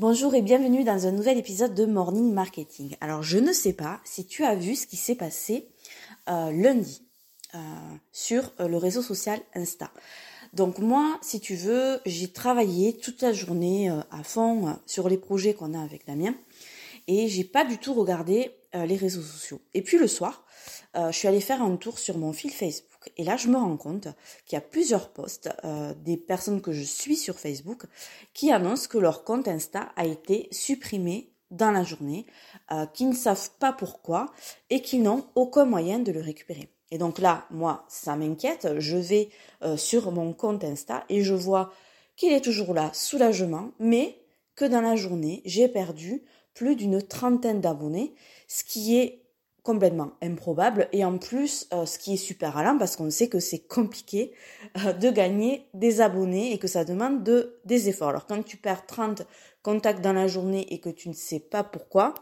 Bonjour et bienvenue dans un nouvel épisode de Morning Marketing. Alors je ne sais pas si tu as vu ce qui s'est passé lundi sur le réseau social Insta. Donc moi, si tu veux, j'ai travaillé toute la journée à fond sur les projets qu'on a avec Damien et j'ai pas du tout regardé les réseaux sociaux. Et puis le soir, je suis allée faire un tour sur mon fil Facebook. Et là, je me rends compte qu'il y a plusieurs posts des personnes que je suis sur Facebook qui annoncent que leur compte Insta a été supprimé dans la journée, qui ne savent pas pourquoi et qui n'ont aucun moyen de le récupérer. Et donc là, moi, ça m'inquiète. Je vais sur mon compte Insta et je vois qu'il est toujours là, soulagement, mais que dans la journée, j'ai perdu plus d'une trentaine d'abonnés, ce qui est complètement improbable et en plus ce qui est super ralent parce qu'on sait que c'est compliqué de gagner des abonnés et que ça demande des efforts. Alors quand tu perds 30 contacts dans la journée et que tu ne sais pas pourquoi,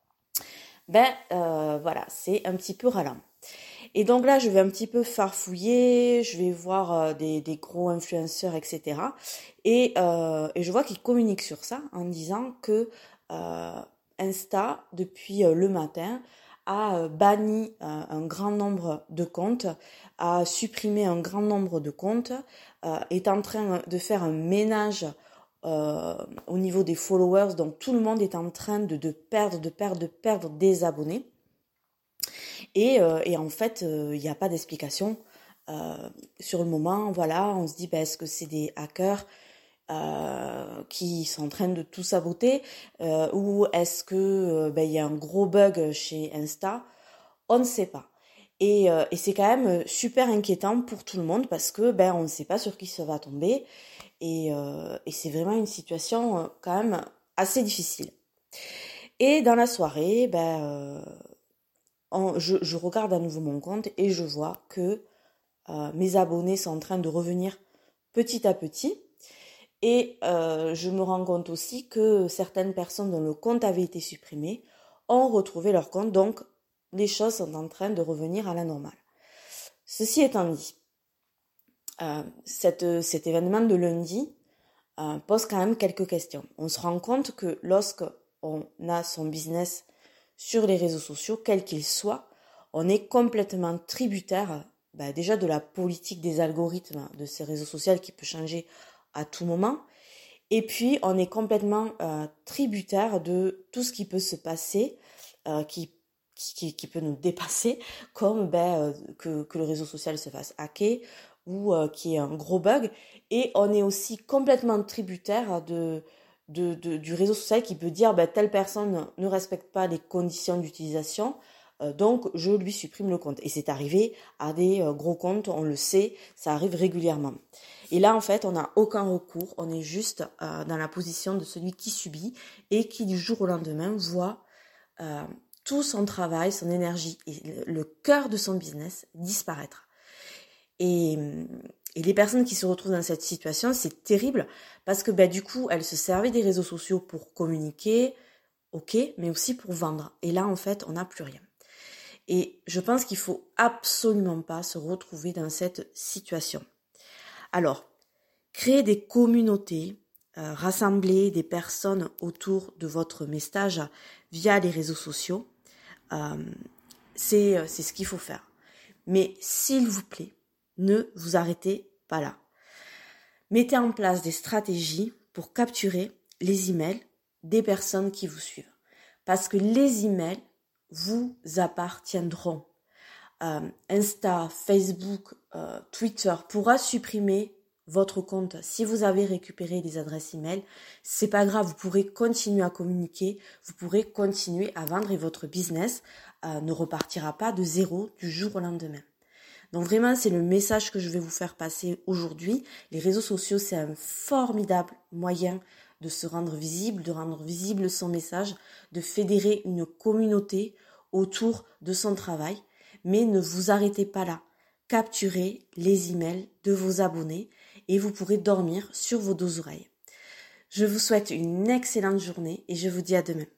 voilà, c'est un petit peu ralent. Et donc là, je vais un petit peu farfouiller, je vais voir des gros influenceurs, etc. Et je vois qu'ils communiquent sur ça en disant que Insta, depuis le matin, a banni un grand nombre de comptes, a supprimé un grand nombre de comptes, est en train de faire un ménage au niveau des followers, donc tout le monde est en train de perdre des abonnés. Et en fait, il n'y a pas d'explication. Sur le moment, voilà, on se dit, est-ce que c'est des hackers qui sont en train de tout saboter ou est-ce que il y a un gros bug chez Insta? On ne sait pas. Et c'est quand même super inquiétant pour tout le monde parce que on ne sait pas sur qui ça va tomber et c'est vraiment une situation quand même assez difficile. Et dans la soirée, je regarde à nouveau mon compte et je vois que mes abonnés sont en train de revenir petit à petit. Et je me rends compte aussi que certaines personnes dont le compte avait été supprimé ont retrouvé leur compte. Donc, les choses sont en train de revenir à la normale. Ceci étant dit, cet événement de lundi pose quand même quelques questions. On se rend compte que lorsqu'on a son business sur les réseaux sociaux, quel qu'il soit, on est complètement tributaire déjà de la politique des algorithmes de ces réseaux sociaux qui peut changer à tout moment. Et puis, on est complètement tributaire de tout ce qui peut se passer, qui peut nous dépasser, comme que le réseau social se fasse hacker ou qu'il y ait un gros bug. Et on est aussi complètement tributaire du réseau social qui peut dire telle personne ne respecte pas les conditions d'utilisation, donc je lui supprime le compte. Et c'est arrivé à des gros comptes, on le sait, ça arrive régulièrement. Et là en fait on n'a aucun recours, on est juste dans la position de celui qui subit et qui du jour au lendemain voit tout son travail, son énergie et le cœur de son business disparaître. Et les personnes qui se retrouvent dans cette situation, c'est terrible parce que du coup, elles se servaient des réseaux sociaux pour communiquer, ok, mais aussi pour vendre. Et là, en fait, on n'a plus rien. Et je pense qu'il faut absolument pas se retrouver dans cette situation. Alors, créer des communautés, rassembler des personnes autour de votre message via les réseaux sociaux, c'est ce qu'il faut faire. Mais s'il vous plaît, ne vous arrêtez pas là. Mettez en place des stratégies pour capturer les emails des personnes qui vous suivent. Parce que les emails vous appartiendront. Insta, Facebook, Twitter pourra supprimer votre compte si vous avez récupéré les adresses email. C'est pas grave, vous pourrez continuer à communiquer, vous pourrez continuer à vendre et votre business ne repartira pas de zéro du jour au lendemain. Donc vraiment, c'est le message que je vais vous faire passer aujourd'hui. Les réseaux sociaux, c'est un formidable moyen de se rendre visible, de rendre visible son message, de fédérer une communauté autour de son travail. Mais ne vous arrêtez pas là. Capturez les emails de vos abonnés et vous pourrez dormir sur vos deux oreilles. Je vous souhaite une excellente journée et je vous dis à demain.